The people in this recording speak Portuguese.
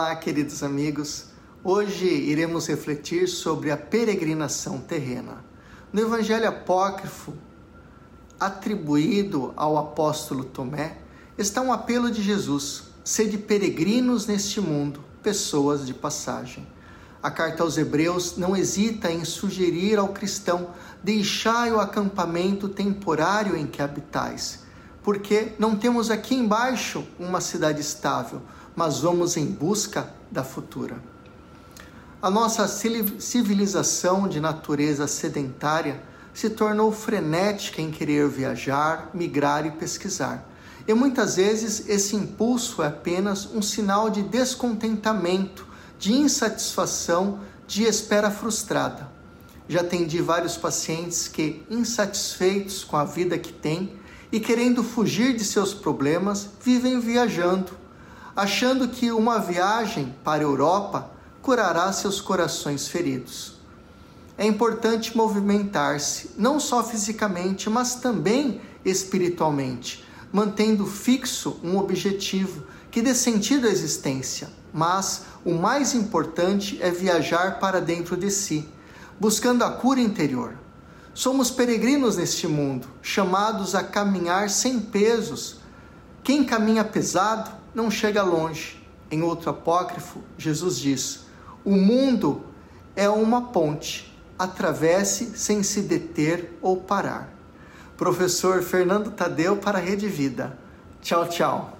Olá, queridos amigos. Hoje iremos refletir sobre a peregrinação terrena. No Evangelho apócrifo, atribuído ao apóstolo Tomé, está um apelo de Jesus: sede peregrinos neste mundo, pessoas de passagem. A carta aos Hebreus não hesita em sugerir ao cristão: deixai o acampamento temporário em que habitais, porque não temos aqui embaixo uma cidade estável, mas vamos em busca da futura. A nossa civilização de natureza sedentária se tornou frenética em querer viajar, migrar e pesquisar. E muitas vezes esse impulso é apenas um sinal de descontentamento, de insatisfação, de espera frustrada. Já atendi vários pacientes que, insatisfeitos com a vida que têm e querendo fugir de seus problemas, vivem viajando, achando que uma viagem para a Europa curará seus corações feridos. É importante movimentar-se, não só fisicamente, mas também espiritualmente, mantendo fixo um objetivo que dê sentido à existência. Mas o mais importante é viajar para dentro de si, buscando a cura interior. Somos peregrinos neste mundo, chamados a caminhar sem pesos. Quem caminha pesado não chega longe. Em outro apócrifo, Jesus diz: o mundo é uma ponte, atravesse sem se deter ou parar. Professor Fernando Tadeu para a Rede Vida. Tchau, tchau.